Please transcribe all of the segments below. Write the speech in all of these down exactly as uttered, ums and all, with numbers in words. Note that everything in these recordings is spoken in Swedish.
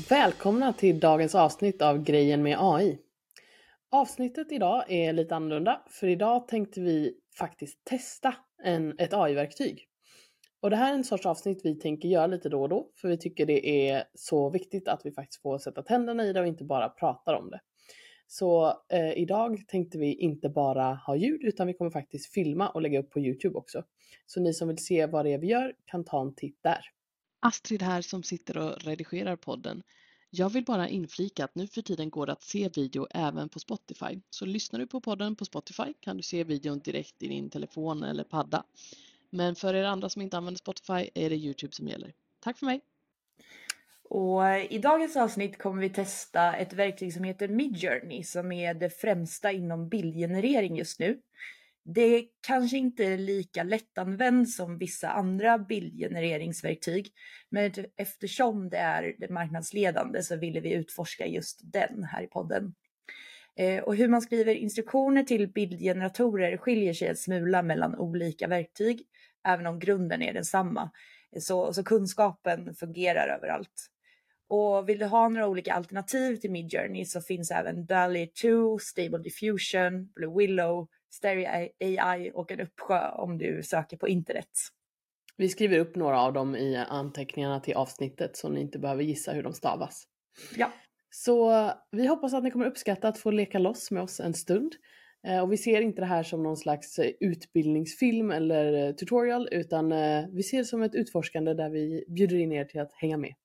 Välkomna till dagens avsnitt av Grejen med A I. Avsnittet idag är lite annorlunda, för idag tänkte vi faktiskt testa en, ett A I-verktyg. Och det här är en sorts avsnitt vi tänker göra lite då och då, för vi tycker det är så viktigt att vi faktiskt får sätta tänderna i det och inte bara pratar om det. Så eh, idag tänkte vi inte bara ha ljud, utan vi kommer faktiskt filma och lägga upp på YouTube också. Så ni som vill se vad det är vi gör kan ta en titt där. Astrid här som sitter och redigerar podden. Jag vill bara inflika att nu för tiden går det att se video även på Spotify. Så lyssnar du på podden på Spotify kan du se videon direkt i din telefon eller padda. Men för er andra som inte använder Spotify är det YouTube som gäller. Tack för mig! Och i dagens avsnitt kommer vi testa ett verktyg som heter Midjourney som är det främsta inom bildgenerering just nu. Det är kanske inte är lika lättanvänt som vissa andra bildgenereringsverktyg, men eftersom det är det marknadsledande så ville vi utforska just den här i podden. Och hur man skriver instruktioner till bildgeneratorer skiljer sig en smula mellan olika verktyg, även om grunden är densamma. Så, så kunskapen fungerar överallt. Och vill du ha några olika alternativ till Midjourney så finns även DALL-E två, Stable Diffusion, Blue Willow, Stereo A I och en uppsjö om du söker på internet. Vi skriver upp några av dem i anteckningarna till avsnittet så ni inte behöver gissa hur de stavas. Ja. Så vi hoppas att ni kommer uppskatta att få leka loss med oss en stund. Och vi ser inte det här som någon slags utbildningsfilm eller tutorial, utan vi ser det som ett utforskande där vi bjuder in er till att hänga med.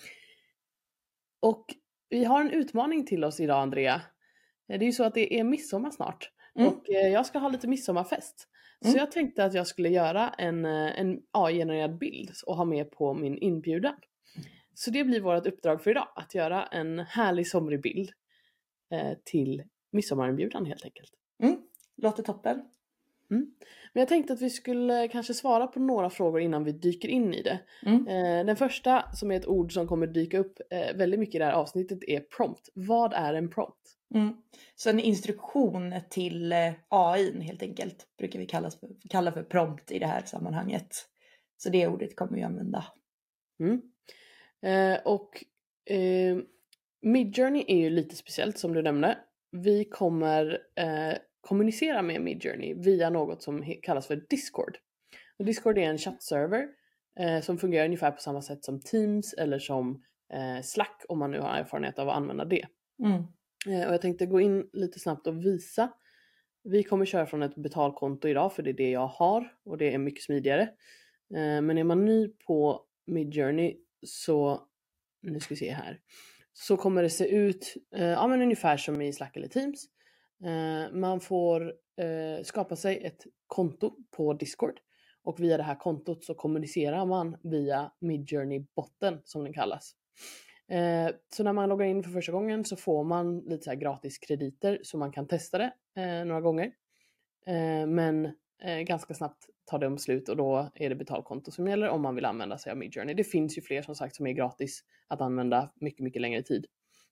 Och vi har en utmaning till oss idag, Andrea. Det är ju så att det är midsommar snart. Mm. Och jag ska ha lite midsommarfest. Mm. Så jag tänkte att jag skulle göra en, en A I-genererad bild och ha med på min inbjudan. Så det blir vårt uppdrag för idag. Att göra en härlig somrig bild eh, till midsommarinbjudan helt enkelt. Mm. Låter toppen. Mm. Men jag tänkte att vi skulle kanske svara på några frågor innan vi dyker in i det. Mm. Eh, den första, som är ett ord som kommer dyka upp eh, väldigt mycket i det här avsnittet, är prompt. Vad är en prompt? Mm. Så en instruktion till eh, A I helt enkelt brukar vi kalla för, kalla för prompt i det här sammanhanget. Så det ordet kommer vi använda. Mm. Eh, och eh, Midjourney är ju lite speciellt som du nämnde. Vi kommer eh, kommunicera med Midjourney via något som he- kallas för Discord. Och Discord är en chattserver eh, som fungerar ungefär på samma sätt som Teams eller som eh, Slack, om man nu har erfarenhet av att använda det. Mm. Eh, och jag tänkte gå in lite snabbt och visa. Vi kommer köra från ett betalkonto idag, för det är det jag har och det är mycket smidigare. Eh, men är man ny på Midjourney så, nu ska vi se här, så kommer det se ut eh, ja, men ungefär som i Slack eller Teams. Eh, man får eh, skapa sig ett konto på Discord. Och via det här kontot så kommunicerar man via Midjourney-botten som den kallas. Eh, så när man loggar in för första gången så får man lite så här gratis krediter så man kan testa det eh, några gånger. Eh, men eh, ganska snabbt tar det om slut och då är det betalkonto som gäller om man vill använda sig av Midjourney. Det finns ju fler som sagt som är gratis att använda mycket, mycket längre tid.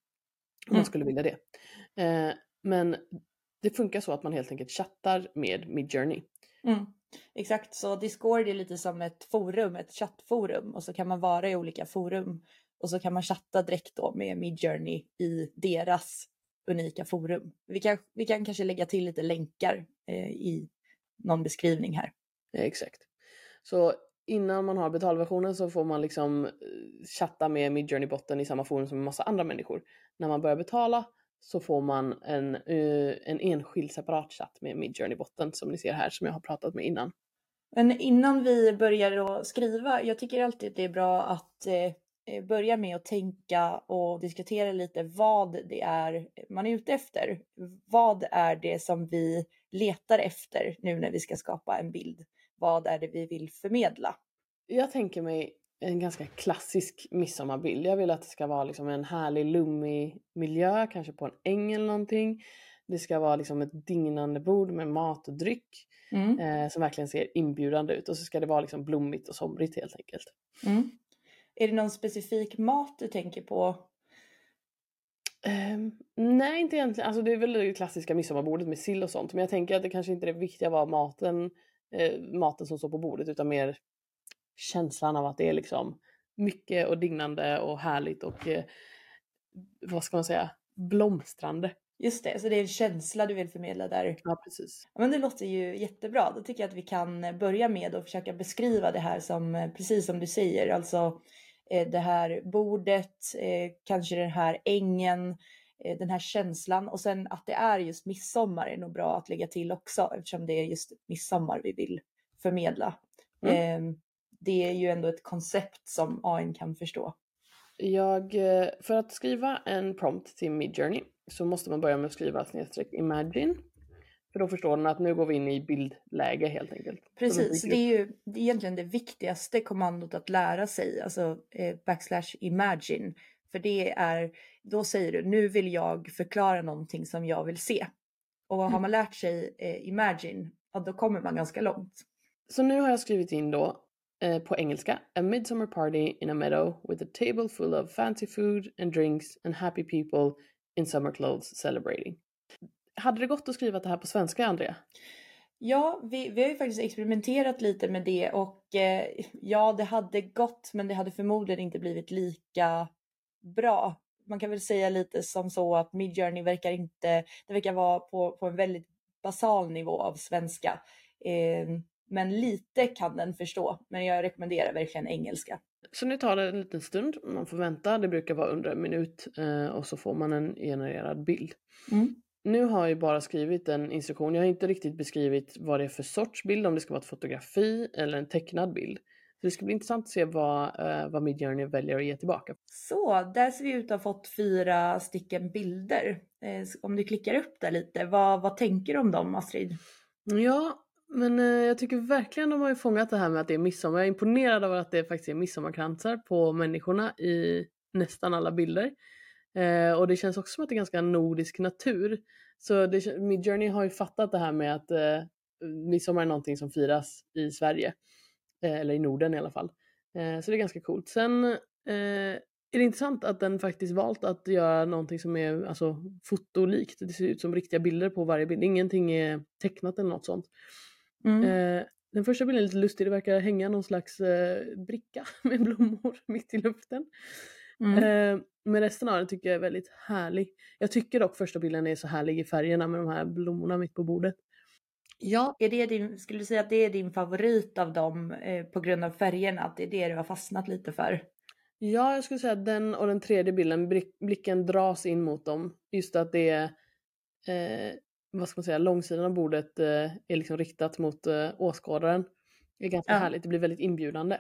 Om man skulle vilja det. Eh, men det funkar så att man helt enkelt chattar med Midjourney. Mm. Exakt, så Discord är lite som ett forum, ett chattforum. Och så kan man vara i olika forum. Och så kan man chatta direkt då med Midjourney i deras unika forum. Vi kan, vi kan kanske lägga till lite länkar eh, i någon beskrivning här. Ja, exakt. Så innan man har betalversionen så får man liksom chatta med Midjourney-botten i samma forum som en massa andra människor. När man börjar betala så får man en, uh, en enskild separat chatt med Midjourney-botten som ni ser här, som jag har pratat med innan. Men innan vi börjar att skriva, jag tycker alltid att det är bra att eh, börja med att tänka och diskutera lite vad det är man är ute efter. Vad är det som vi letar efter nu när vi ska skapa en bild? Vad är det vi vill förmedla? Jag tänker mig en ganska klassisk midsommarbild. Jag vill att det ska vara liksom en härlig, lummig miljö, kanske på en äng eller någonting. Det ska vara liksom ett dignande bord med mat och dryck mm. eh, som verkligen ser inbjudande ut. Och så ska det vara liksom blommigt och somrigt helt enkelt. Mm. Är det någon specifik mat du tänker på? Um, nej, inte egentligen. Alltså det är väl det klassiska midsommarbordet med sill och sånt. Men jag tänker att det kanske inte är det viktiga var maten, eh, maten som står på bordet, utan mer känslan av att det är liksom mycket och dignande och härligt och eh, vad ska man säga, blomstrande. Just det, så det är en känsla du vill förmedla där. Ja, precis. Ja, men det låter ju jättebra. Då tycker jag att vi kan börja med att försöka beskriva det här som, precis som du säger, alltså eh, det här bordet, eh, kanske den här ängen, eh, den här känslan, och sen att det är just midsommar är nog bra att lägga till också, eftersom det är just midsommar vi vill förmedla. Mm. Eh, det är ju ändå ett koncept som A I kan förstå. Jag, eh, för att skriva en prompt till Midjourney så måste man börja med att skriva snedstreck imagine. För då förstår den att nu går vi in i bildläge helt enkelt. Precis, det är ju det är egentligen det viktigaste kommandot att lära sig, alltså eh, backslash imagine. För det är, då säger du, nu vill jag förklara någonting som jag vill se. Och har man lärt sig eh, imagine, ja, då kommer man ganska långt. Så nu har jag skrivit in då eh, på engelska: a midsummer party in a meadow with a table full of fancy food and drinks and happy people in summer clothes celebrating. Hade det gått att skriva det här på svenska, Andrea? Ja, vi, vi har ju faktiskt experimenterat lite med det, och eh, ja, det hade gått, men det hade förmodligen inte blivit lika bra. Man kan väl säga lite som så att Midjourney verkar inte, det verkar vara på, på en väldigt basal nivå av svenska. Eh, men lite kan den förstå, men jag rekommenderar verkligen engelska. Så nu tar det en liten stund, man får vänta, det brukar vara under en minut eh, och så får man en genererad bild. Mm. Nu har jag bara skrivit en instruktion, jag har inte riktigt beskrivit vad det är för sorts bild, om det ska vara ett fotografi eller en tecknad bild. Så det ska bli intressant att se vad, eh, vad Midjourney väljer att ge tillbaka. Så, där ser vi ut att ha fått fyra stycken bilder. Eh, om du klickar upp där lite, vad, vad tänker du om dem, Astrid? Ja, men eh, jag tycker verkligen de har ju fångat det här med att det är midsommar. Jag är imponerad av att det faktiskt är midsommarkransar på människorna i nästan alla bilder. Eh, och det känns också som att det är ganska nordisk natur. Så det, Midjourney har ju fattat det här med att eh, midsommar är någonting som firas i Sverige. Eh, eller i Norden i alla fall. Eh, så det är ganska coolt. Sen eh, är det intressant att den faktiskt valt att göra någonting som är alltså, fotolikt. Det ser ut som riktiga bilder på varje bild. Ingenting är tecknat eller något sånt. Mm. Eh, den första bilden är lite lustig. Det verkar hänga någon slags eh, bricka med blommor mitt i luften. Mm. Eh, men resten av den tycker jag är väldigt härlig. Jag tycker dock första bilden är så härlig i färgerna med de här blommorna mitt på bordet. Ja, är det din, skulle du säga att det är din favorit av dem eh, på grund av färgerna? Att det är det du har fastnat lite för? Ja, jag skulle säga att den och den tredje bilden, blicken dras in mot dem. Just att det är, eh, vad ska man säga, långsidan av bordet eh, är liksom riktat mot eh, åskådaren. Det är ganska Ja. härligt, det blir väldigt inbjudande.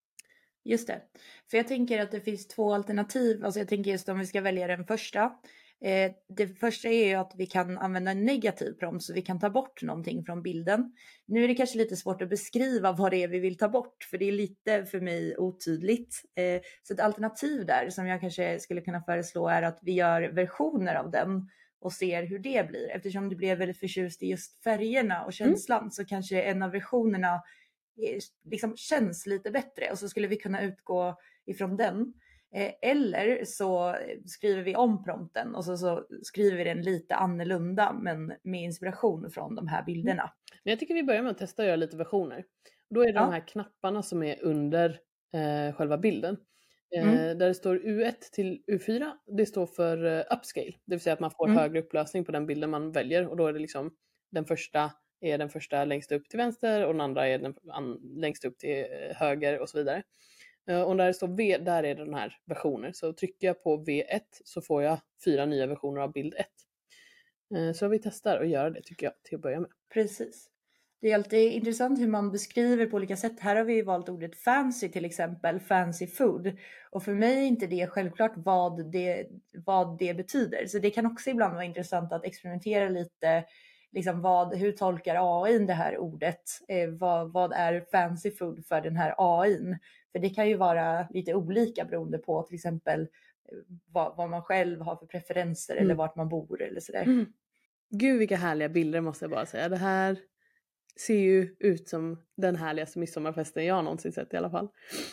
Just det. För jag tänker att det finns två alternativ. Alltså jag tänker just om vi ska välja den första. Eh, det första är ju att vi kan använda en negativ prompt, så vi kan ta bort någonting från bilden. Nu är det kanske lite svårt att beskriva vad det är vi vill ta bort, för det är lite för mig otydligt. Eh, så ett alternativ där som jag kanske skulle kunna föreslå är att vi gör versioner av den och ser hur det blir. Eftersom du blev väldigt förtjust i just färgerna och känslan mm. så kanske en av versionerna liksom känns lite bättre, och så skulle vi kunna utgå ifrån den. Eh, eller så skriver vi om prompten och så, så skriver vi den lite annorlunda men med inspiration från de här bilderna. Men jag tycker vi börjar med att testa att göra lite versioner. Då är det ja. de här knapparna som är under eh, själva bilden. Eh, mm. Där det står U ett till U fyra, det står för eh, upscale. Det vill säga att man får mm. högre upplösning på den bilden man väljer, och då är det liksom den första är den första längst upp till vänster och den andra är den an, längst upp till höger och så vidare. Uh, och där det står V, där är det den här versioner. Så trycker jag på V ett så får jag fyra nya versioner av bild ett. Uh, så vi testar att göra det tycker jag till att börja med. Precis. Det är alltid intressant hur man beskriver på olika sätt. Här har vi valt ordet fancy till exempel, fancy food. Och för mig är inte det självklart vad det, vad det betyder. Så det kan också ibland vara intressant att experimentera lite. Liksom vad, hur tolkar A I det här ordet? Eh, vad, vad är fancy food för den här A I:n? För det kan ju vara lite olika beroende på till exempel eh, vad, vad man själv har för preferenser mm. eller vart man bor eller sådär. Mm. Gud vilka härliga bilder måste jag bara säga. Det här ser ju ut som den härligaste midsommarfesten jag någonsin sett i alla fall.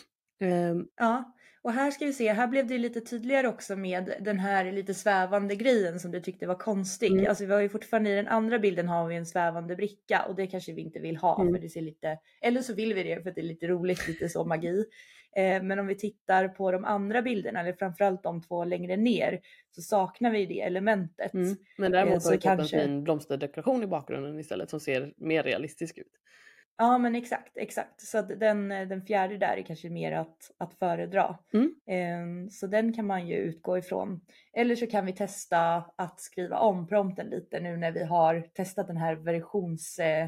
Um, ja, och här ska vi se, här blev det lite tydligare också med den här lite svävande grejen som du tyckte var konstig. Mm. Alltså vi har ju fortfarande i den andra bilden har vi en svävande bricka och det kanske vi inte vill ha mm. för det ser lite, eller så vill vi det för att det är lite roligt, lite så magi. Eh, men om vi tittar på de andra bilderna, eller framförallt de två längre ner, så saknar vi det elementet. Mm. Men däremot Eh, har så vi fått kanske- en fin blomsterdekoration i bakgrunden istället som ser mer realistisk ut. Ja, men exakt, exakt. Så att den, den fjärde där är kanske mer att, att föredra. Mm. Eh, så den kan man ju utgå ifrån. Eller så kan vi testa att skriva om prompten lite nu när vi har testat den här versionsfunktionen.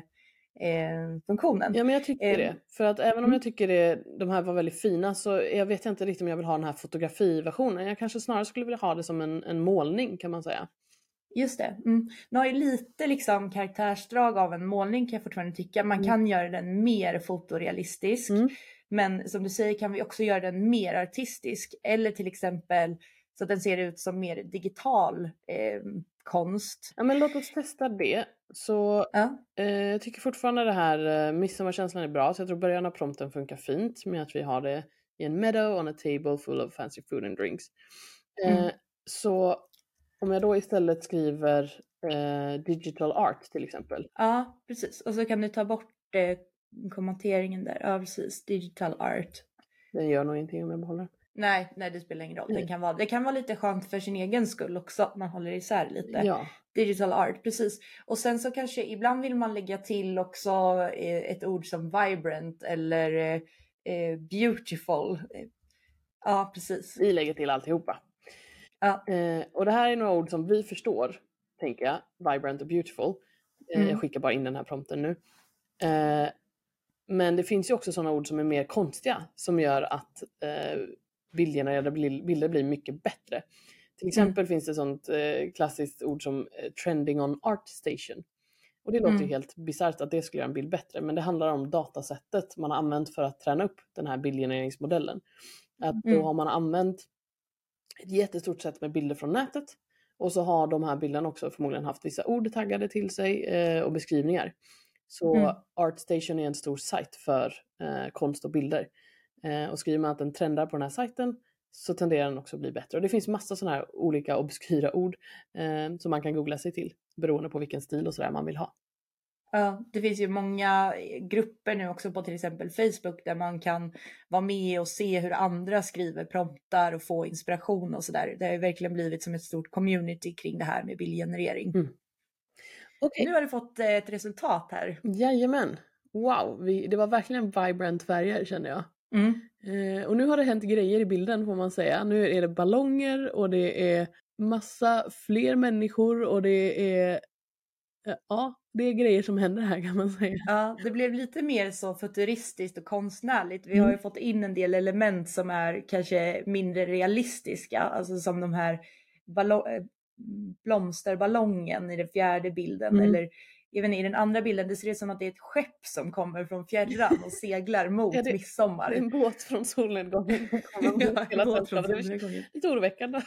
Eh, funktionen. Ja, men jag tycker Eh, det. För att även om mm. jag tycker det, de här var väldigt fina, så jag vet inte riktigt om jag vill ha den här fotografiversionen. Jag kanske snarare skulle vilja ha det som en, en målning, kan man säga. Just det. Mm. Den har ju lite liksom karaktärsdrag av en målning, kan jag fortfarande tycka. Man Mm. kan göra den mer fotorealistisk. Mm. Men som du säger kan vi också göra den mer artistisk. Eller till exempel så att den ser ut som mer digital eh, konst. Ja, men låt oss testa det. Så Ja. eh, jag tycker fortfarande det här eh, midsommarkänslan är bra. Så jag tror början av prompten funkar fint med att vi har det i en meadow on a table full of fancy food and drinks. Eh, Mm. Så om jag då istället skriver eh, digital art till exempel. Ja, precis. Och så kan du ta bort eh, kommenteringen där. Ja, precis. Digital art. Den gör nog ingenting om jag behåller. Nej, nej, det spelar ingen roll. Nej. Den kan vara, det kan vara lite skönt för sin egen skull också. Att man håller isär lite. Ja. Digital art, precis. Och sen så kanske ibland vill man lägga till också eh, ett ord som vibrant eller eh, eh, beautiful. Eh, Ja, precis. Vi lägger till alltihopa. Ja. Eh, och det här är några ord som vi förstår, tänker jag. Vibrant och beautiful. Eh, Mm. Jag skickar bara in den här prompten nu. Eh, men det finns ju också sådana ord som är mer konstiga. Som gör att eh, bildgenererade bilder blir mycket bättre. Till exempel Mm. finns det sånt eh, klassiskt ord som eh, trending on art station. Och det låter ju Mm. helt bisarrt att det skulle göra en bild bättre. Men det handlar om datasättet man har använt för att träna upp den här bildgenereringsmodellen. Att då Mm. har man använt ett jättestort sätt med bilder från nätet. Och så har de här bilderna också förmodligen haft vissa ord taggade till sig eh, och beskrivningar. Så Mm. ArtStation är en stor sajt för eh, konst och bilder. Eh, och skriver man att den trendar på den här sajten så tenderar den också att bli bättre. Och det finns massa sådana här olika obskyra ord eh, som man kan googla sig till. Beroende på vilken stil och sådär man vill ha. Ja, det finns ju många grupper nu också på till exempel Facebook där man kan vara med och se hur andra skriver promptar och få inspiration och sådär. Det har ju verkligen blivit som ett stort community kring det här med bildgenerering. Mm. Okej. Nu har du fått eh, ett resultat här. Jajamän. Wow, vi, det var verkligen vibrant färger kände jag. Mm. Eh, och nu har det hänt grejer i bilden får man säga. Nu är det ballonger och det är massa fler människor och det är eh, ja, det är grejer som händer här kan man säga. Ja, det blev lite mer så futuristiskt och konstnärligt. Vi Mm. har ju fått in en del element som är kanske mindre realistiska. Alltså som de här ballong, eh, blomsterballongen i den fjärde bilden. Mm. Eller även i den andra bilden, det ser ut som att det är ett skepp som kommer från fjärran och seglar mot Ja, det- midsommar. En båt från solnedgången. som kommer mot Ja, hela en båt tiden. från Det är solnedgången. lite oroväckande.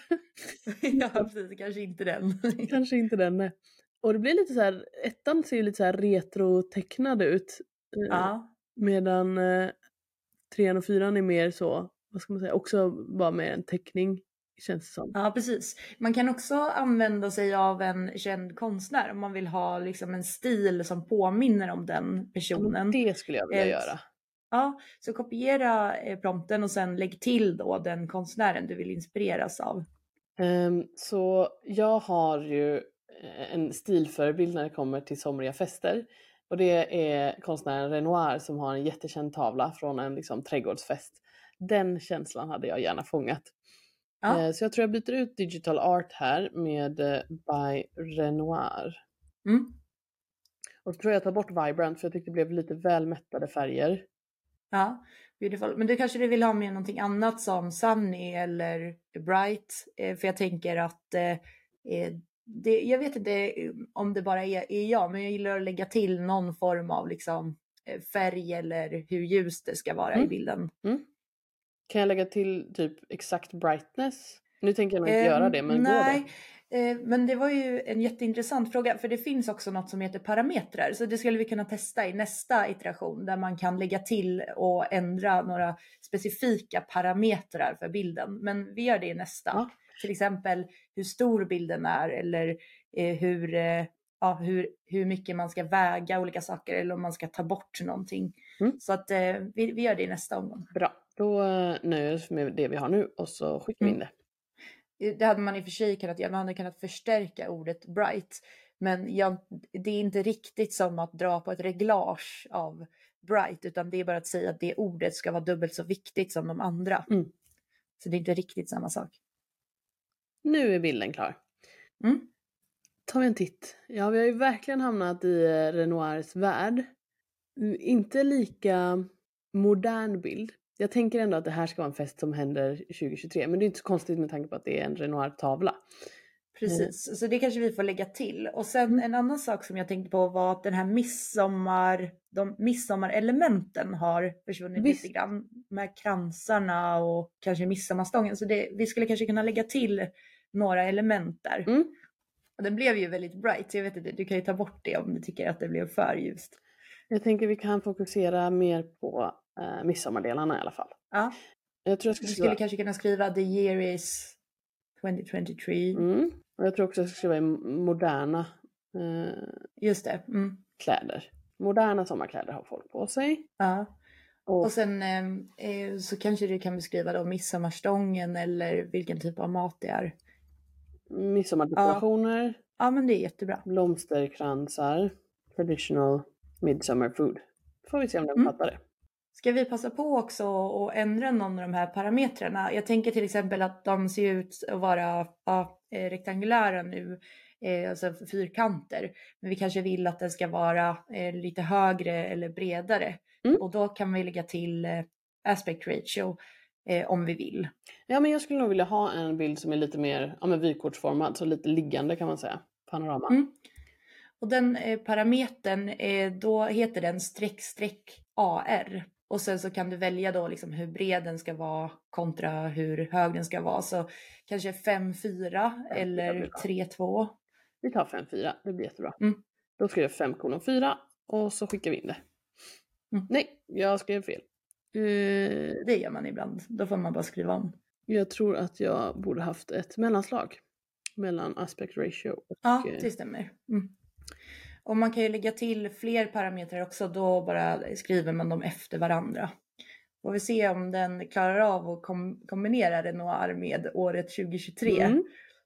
Ja, precis. Kanske inte den. Kanske inte den. Nej. Och det blir lite så här, ettan ser ju lite så här retro-tecknad ut. Eh, Ja. Medan eh, trean och fyran är mer så, vad ska man säga, också bara med en teckning känns det som. Ja, precis. Man kan också använda sig av en känd konstnär om man vill ha liksom en stil som påminner om den Ja, men personen. det skulle jag vilja Eh, göra. Ja, så kopiera eh, prompten och sen lägg till då den konstnären du vill inspireras av. Ehm, så jag har ju eh, en stilförebild när det kommer till somriga fester. Och det är konstnären Renoir som har en jättekänd tavla från en liksom, trädgårdsfest. Den känslan hade jag gärna fångat. Ja. Eh, så jag tror jag byter ut digital art här med eh, by Renoir. Mm. Och så tror jag jag tar bort vibrant för jag tyckte det blev lite väl mättade färger. Ja, beautiful. Men du kanske du vill ha med någonting annat som Sunny eller Bright. Eh, för jag tänker att eh, eh, det, jag vet inte om det bara är, är jag, men jag gillar att lägga till någon form av liksom, eh, färg eller hur ljust det ska vara Mm. i bilden. Kan jag lägga till typ exakt brightness? Nu tänker jag nog inte Eh, göra det, men nej, går det? eh, men det var ju en jätteintressant fråga, för det finns också något som heter parametrar, så det skulle vi kunna testa i nästa iteration där man kan lägga till och ändra några specifika parametrar för bilden, men vi gör det i nästa. Ja. Till exempel hur stor bilden är eller eh, hur, eh, ja, hur, hur mycket man ska väga olika saker eller om man ska ta bort någonting. Mm. Så att eh, vi, vi gör det i nästa omgång. Bra, Då eh, nöjer vi oss med det vi har nu och så skickar vi in Mm. det. Det hade man i och för sig kunnat göra. Man hade kunnat förstärka ordet bright. Men jag, det är inte riktigt som att dra på ett reglage av bright. Utan det är bara att säga att det ordet ska vara dubbelt så viktigt som de andra. Mm. Så det är inte riktigt samma sak. Nu är bilden klar. Mm. Tar vi en titt. Ja, vi har ju verkligen hamnat i eh, Renoirs värld. Mm, Inte lika modern bild. Jag tänker ändå att det här ska vara en fest som händer tjugo tjugotre. Men det är inte så konstigt med tanke på att det är en Renoir-tavla. Precis, så det kanske vi får lägga till. Och sen en annan sak som jag tänkte på var att den här midsommar, de midsommarelementen har försvunnit Visst. lite grann. Med kransarna och kanske midsommarstången. Så det, vi skulle kanske kunna lägga till några element där. Mm. Och den blev ju väldigt bright, så jag vet inte, du kan ju ta bort det om du tycker att det blev för ljust. Jag tänker vi kan fokusera mer på eh, midsommardelarna i alla fall. Ja, Jag tror jag ska du skriva... skulle kanske kunna skriva the year is twenty twenty-three. Mm. Och jag tror också jag ska skriva i moderna eh, Just det. Mm. kläder. Moderna sommarkläder har folk på sig. Ja. Och, Och sen eh, så kanske du kan beskriva då midsommarstången eller vilken typ av mat det är. midsommardekorationer, Ja, men det är jättebra. blomsterkransar, traditional midsummer food. Får vi se om den Mm. fattar det. Ska vi passa på också att ändra någon av de här parametrarna? Jag tänker till exempel att de ser ut att vara ja, eh, rektangulära nu, eh, alltså fyrkanter. Men vi kanske vill att den ska vara eh, lite högre eller bredare. Mm. Och då kan vi lägga till eh, aspect ratio eh, om vi vill. Ja, men jag skulle nog vilja ha en bild som är lite mer ja, men vykortsformad, så lite liggande kan man säga. Panorama. Mm. Och den eh, parametern, eh, då heter den streck streck A R. Och sen så kan du välja då liksom hur bred den ska vara kontra hur hög den ska vara. Så kanske fem fyra det eller blir bra. tre två. Vi tar fem fyra, det blir jättebra. Mm. Då skriver jag fem kolon fyra och så skickar vi in det. Mm. Nej, jag skrev fel. Eh, Det gör man ibland. Då får man bara skriva om. jag tror att jag borde haft ett mellanslag mellan aspect ratio och... Ja, eh, det stämmer. Mm. Och man kan ju lägga till fler parametrar också. Då bara skriver man dem efter varandra. Får vi se om den klarar av att kom- kombinera Renoir med året tjugo tjugotre. Mm.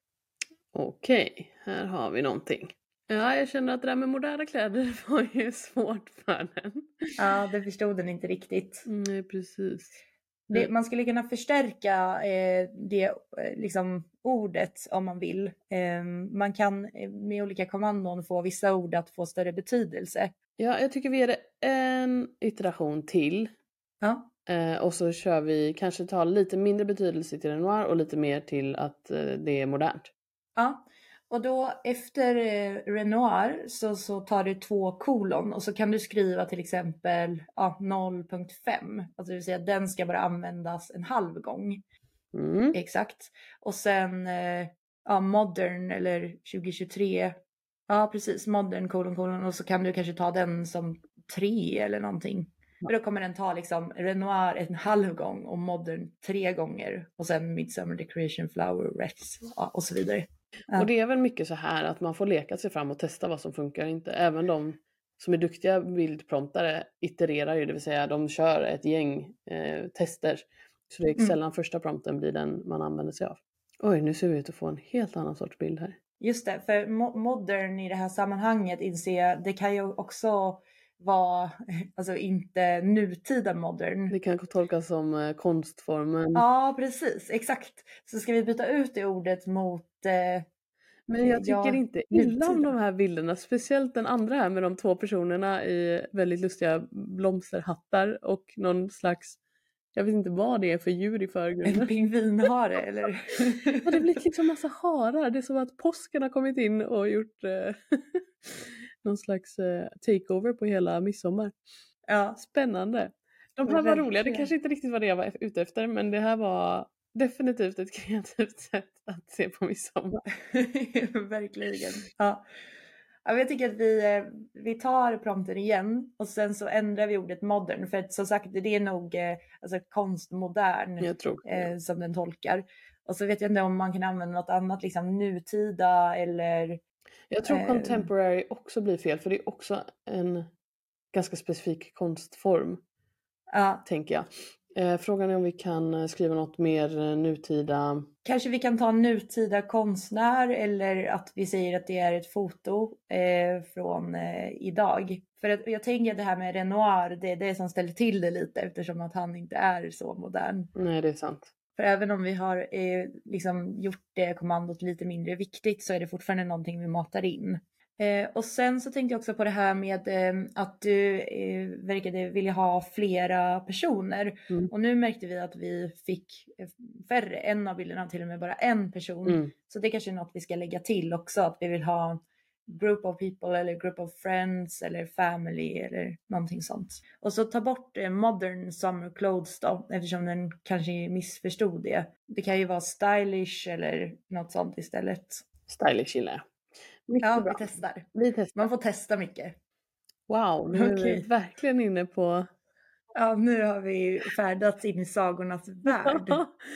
Okej, här har vi någonting. Ja, jag känner att det där med moderna kläder var ju svårt för den. Ja, det förstod den inte riktigt. Nej, precis. Det, man skulle kunna förstärka eh, det eh, liksom, ordet om man vill. Eh, man kan eh, med olika kommandon få vissa ord att få större betydelse. Ja, jag tycker vi ger det en iteration till. Ja, Eh, och så kör vi, kanske ta lite mindre betydelse till Renoir och lite mer till att eh, det är modernt. ja. Och då efter eh, Renoir så, så tar du två kolon och så kan du skriva till exempel ja, noll punkt fem. Alltså det vill säga att den ska bara användas en halv gång. Mm. Exakt. Och sen eh, ja, modern eller tjugo tjugotre. Ja, precis. Modern kolon kolon. Och så kan du kanske ta den som tre eller någonting. För då kommer den ta liksom Renoir en halv gång och modern tre gånger. Och sen Midsummer Decoration Flower Rex ja, och så vidare. Ja. Och det är väl mycket så här att man får leka sig fram och testa vad som funkar och inte. Även de som är duktiga bildpromptare itererar ju, det vill säga de kör ett gäng eh, tester. Så det är Mm. sällan första prompten blir den man använder sig av. Oj, nu ser vi ut att få en helt annan sorts bild här. Just det, för mo- modern i det här sammanhanget inser jag, det kan ju också vara, alltså inte nutida modern. Det kan tolkas som eh, konstformen. Ja, precis, exakt. Så ska vi byta ut det ordet mot eh, Men jag tycker ja, inte illa om nutida. de här bilderna. Speciellt den andra här med de två personerna i väldigt lustiga blomsterhattar och någon slags, jag vet inte vad det är för djur i En förgrunden. pingvinhare eller? Ja, det blir liksom massa harar. Det är som att påsken har kommit in och gjort eh, någon slags eh, takeover på hela midsommar. Ja, Spännande. De Ja, här var verkligen. roliga. Det kanske inte riktigt var det jag var ute efter, men det här var definitivt ett kreativt sätt att se på midsommar. verkligen. Ja. Ja, men jag tycker att vi, eh, vi tar prompten igen och sen så ändrar vi ordet modern. För att som sagt, det är nog eh, alltså, konstmodern Jag tror det. eh, som den tolkar. Och så vet jag inte om man kan använda något annat, liksom nutida eller... Jag tror eh, contemporary också blir fel, för det är också en ganska specifik konstform, Ja, tänker jag. Eh, frågan är om vi kan eh, skriva något mer eh, nutida. Kanske vi kan ta en nutida konstnär eller att vi säger att det är ett foto eh, från eh, idag. För att, jag tänker att det här med Renoir, det är det som ställer till det lite eftersom att han inte är så modern. Nej, det är sant. För även om vi har eh, liksom gjort det kommandot lite mindre viktigt så är det fortfarande någonting vi matar in. Eh, och sen så tänkte jag också på det här med eh, att du eh, verkade vilja ha flera personer. Mm. Och nu märkte vi att vi fick eh, färre, en av bilderna till och med bara en person. Mm. Så det kanske är något vi ska lägga till också, att vi vill ha group of people eller group of friends eller family eller någonting sånt. Och så ta bort eh, modern summer clothes då, eftersom den kanske missförstod det. Det kan ju vara stylish eller något sånt istället. Stylish gillar jag. Mycket Ja, bra. vi testar. Vi testar. Man får testa mycket. Wow, nu är Okej. vi verkligen inne på... Ja, nu har vi färdats in i sagornas värld.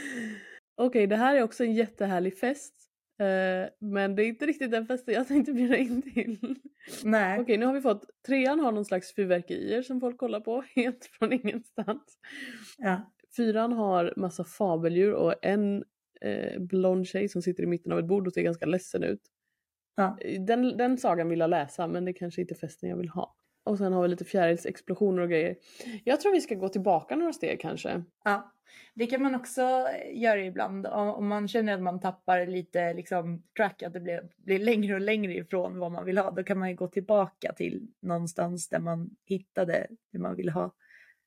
Okej, det här är också en jättehärlig fest. Eh, men det är inte riktigt den festen jag tänkte bjuda in till. Nej. Okej, nu har vi fått... Trean har någon slags fyrverkerier som folk kollar på. Helt från ingenstans. Ja. Fyran har massa fabeldjur och en eh, blond tjej som sitter i mitten av ett bord och ser ganska ledsen ut. Ja. Den, den sagan vill jag läsa, men det kanske inte är festen jag vill ha. Och sen har vi lite fjärilsexplosioner och grejer. Jag tror vi ska gå tillbaka några steg kanske. Ja, det kan man också göra ibland. Om om man känner att man tappar lite liksom, track, att det blir, blir längre och längre ifrån vad man vill ha. Då kan man ju gå tillbaka till någonstans där man hittade det man vill ha.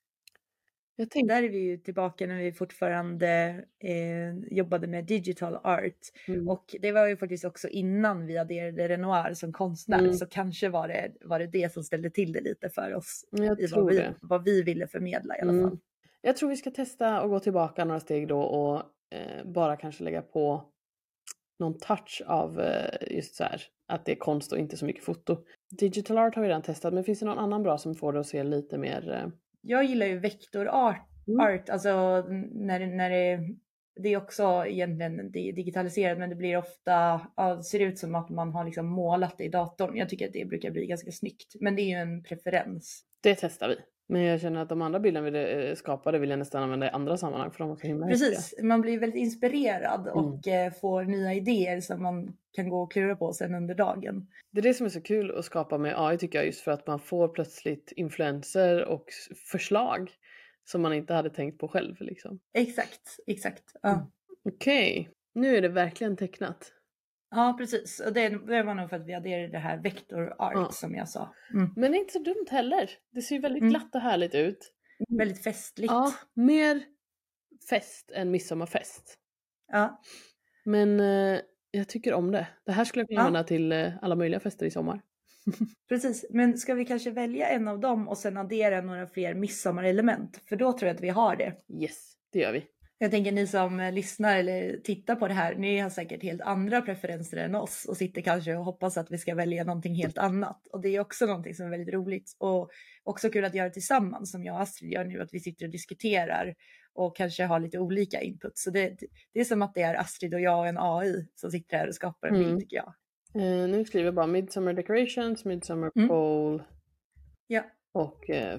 Jag tänkte... Där är vi ju tillbaka när vi fortfarande eh, jobbade med digital art. Mm. Och det var ju faktiskt också innan vi adderade Renoir som konstnär. Mm. Så kanske var det, var det det som ställde till det lite för oss. Jag I tror vad vi, det. vad vi ville förmedla i alla Mm. fall. Jag tror vi ska testa och gå tillbaka några steg då och eh, bara kanske lägga på någon touch av eh, just så här att det är konst och inte så mycket foto. Digital art har vi redan testat, men finns det någon annan bra som får det att se lite mer... Eh... Jag gillar ju vektorart, Mm. art, alltså när, när det, det är också egentligen digitaliserat, men det blir ofta, ja, det ser ut som att man har liksom målat det i datorn. Jag tycker att det brukar bli ganska snyggt, men det är ju en preferens. Det testar vi. Men jag känner att de andra bilderna vi skapade vill jag nästan använda i andra sammanhang för de var så himla Precis, häftiga. man blir väldigt inspirerad Mm. och eh, får nya idéer som man kan gå och klura på sen under dagen. Det är det som är så kul att skapa med A I tycker jag, just för att man får plötsligt influenser och förslag som man inte hade tänkt på själv liksom. Exakt, exakt. Ja, Mm. Okej, nu är det verkligen tecknat. ja precis. Och det, det var nog för att vi adderade det här vektorart Ja. som jag sa. Mm. Men det är inte så dumt heller. Det ser ju väldigt Mm. glatt och härligt ut. Väldigt festligt. Ja, mer fest än midsommarfest. Ja. Men eh, jag tycker om det. Det här skulle jag kunna Ja. använda till eh, alla möjliga fester i sommar. Precis, men ska vi kanske välja en av dem och sen addera några fler midsommarelement? För då tror jag att vi har det. Yes, det gör vi. Jag tänker ni som eh, lyssnar eller tittar på det här, ni har säkert helt andra preferenser än oss och sitter kanske och hoppas att vi ska välja någonting helt annat. Och det är också någonting som är väldigt roligt och också kul att göra tillsammans som jag och Astrid gör nu, att vi sitter och diskuterar och kanske har lite olika input. Så det, det är som att det är Astrid och jag och en A I som sitter här och skapar en bild Mm. tycker jag. Eh, nu skriver jag bara Midsummer Decorations, Midsummer Mm. Pole Ja, och eh,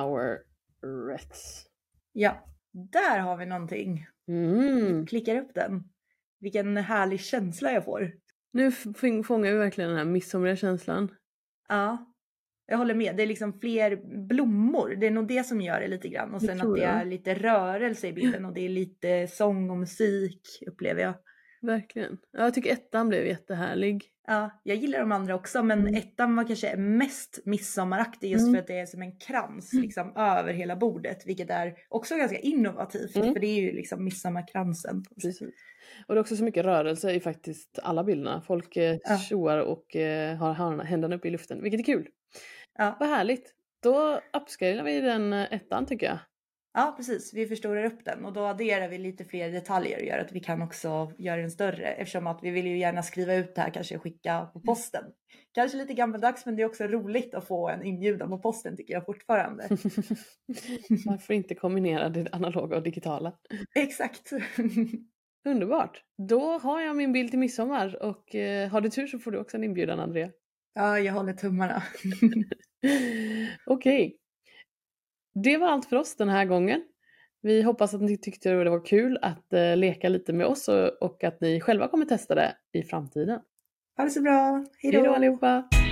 Flowerets. ja, där har vi någonting. Mm. Klickar upp den. Vilken härlig känsla jag får. Nu f- fångar vi verkligen den här midsomriga känslan. Ja, jag håller med. Det är liksom fler blommor. Det är nog det som gör det lite grann. Och Det sen tror att det jag. är lite rörelse i bilden. Och det är lite sång och musik upplever jag. Verkligen. Ja, jag tycker ettan blev jättehärlig. Ja, jag gillar de andra också. Men Mm. ettan var kanske mest midsommaraktig. Just Mm. för att det är som en krans liksom över hela bordet. Vilket är också ganska innovativt. Mm. För det är ju liksom midsommarkransen. Precis. Och det är också så mycket rörelse i faktiskt alla bilderna. Folk eh, Ja. tjoar och eh, har händerna- händerna uppe i luften. Vilket är kul. Ja. Vad härligt. Då uppskalerar vi den eh, ettan tycker jag. Ja, precis. Vi förstorar upp den och då adderar vi lite fler detaljer och gör att vi kan också göra den större. Eftersom att vi vill ju gärna skriva ut det här, kanske skicka på posten. Kanske lite gammaldags, men det är också roligt att få en inbjudan på posten tycker jag fortfarande. Varför inte kombinera det analoga och digitala? Exakt. Underbart. Då har jag min bild till midsommar och eh, har du tur så får du också en inbjudan, Andrea. Ja, jag håller tummarna. Okej. Det var allt för oss den här gången. Vi hoppas att ni tyckte det var kul att uh, leka lite med oss och, och att ni själva kommer testa det i framtiden. Ha det så bra. Hej då. Hej då allihopa.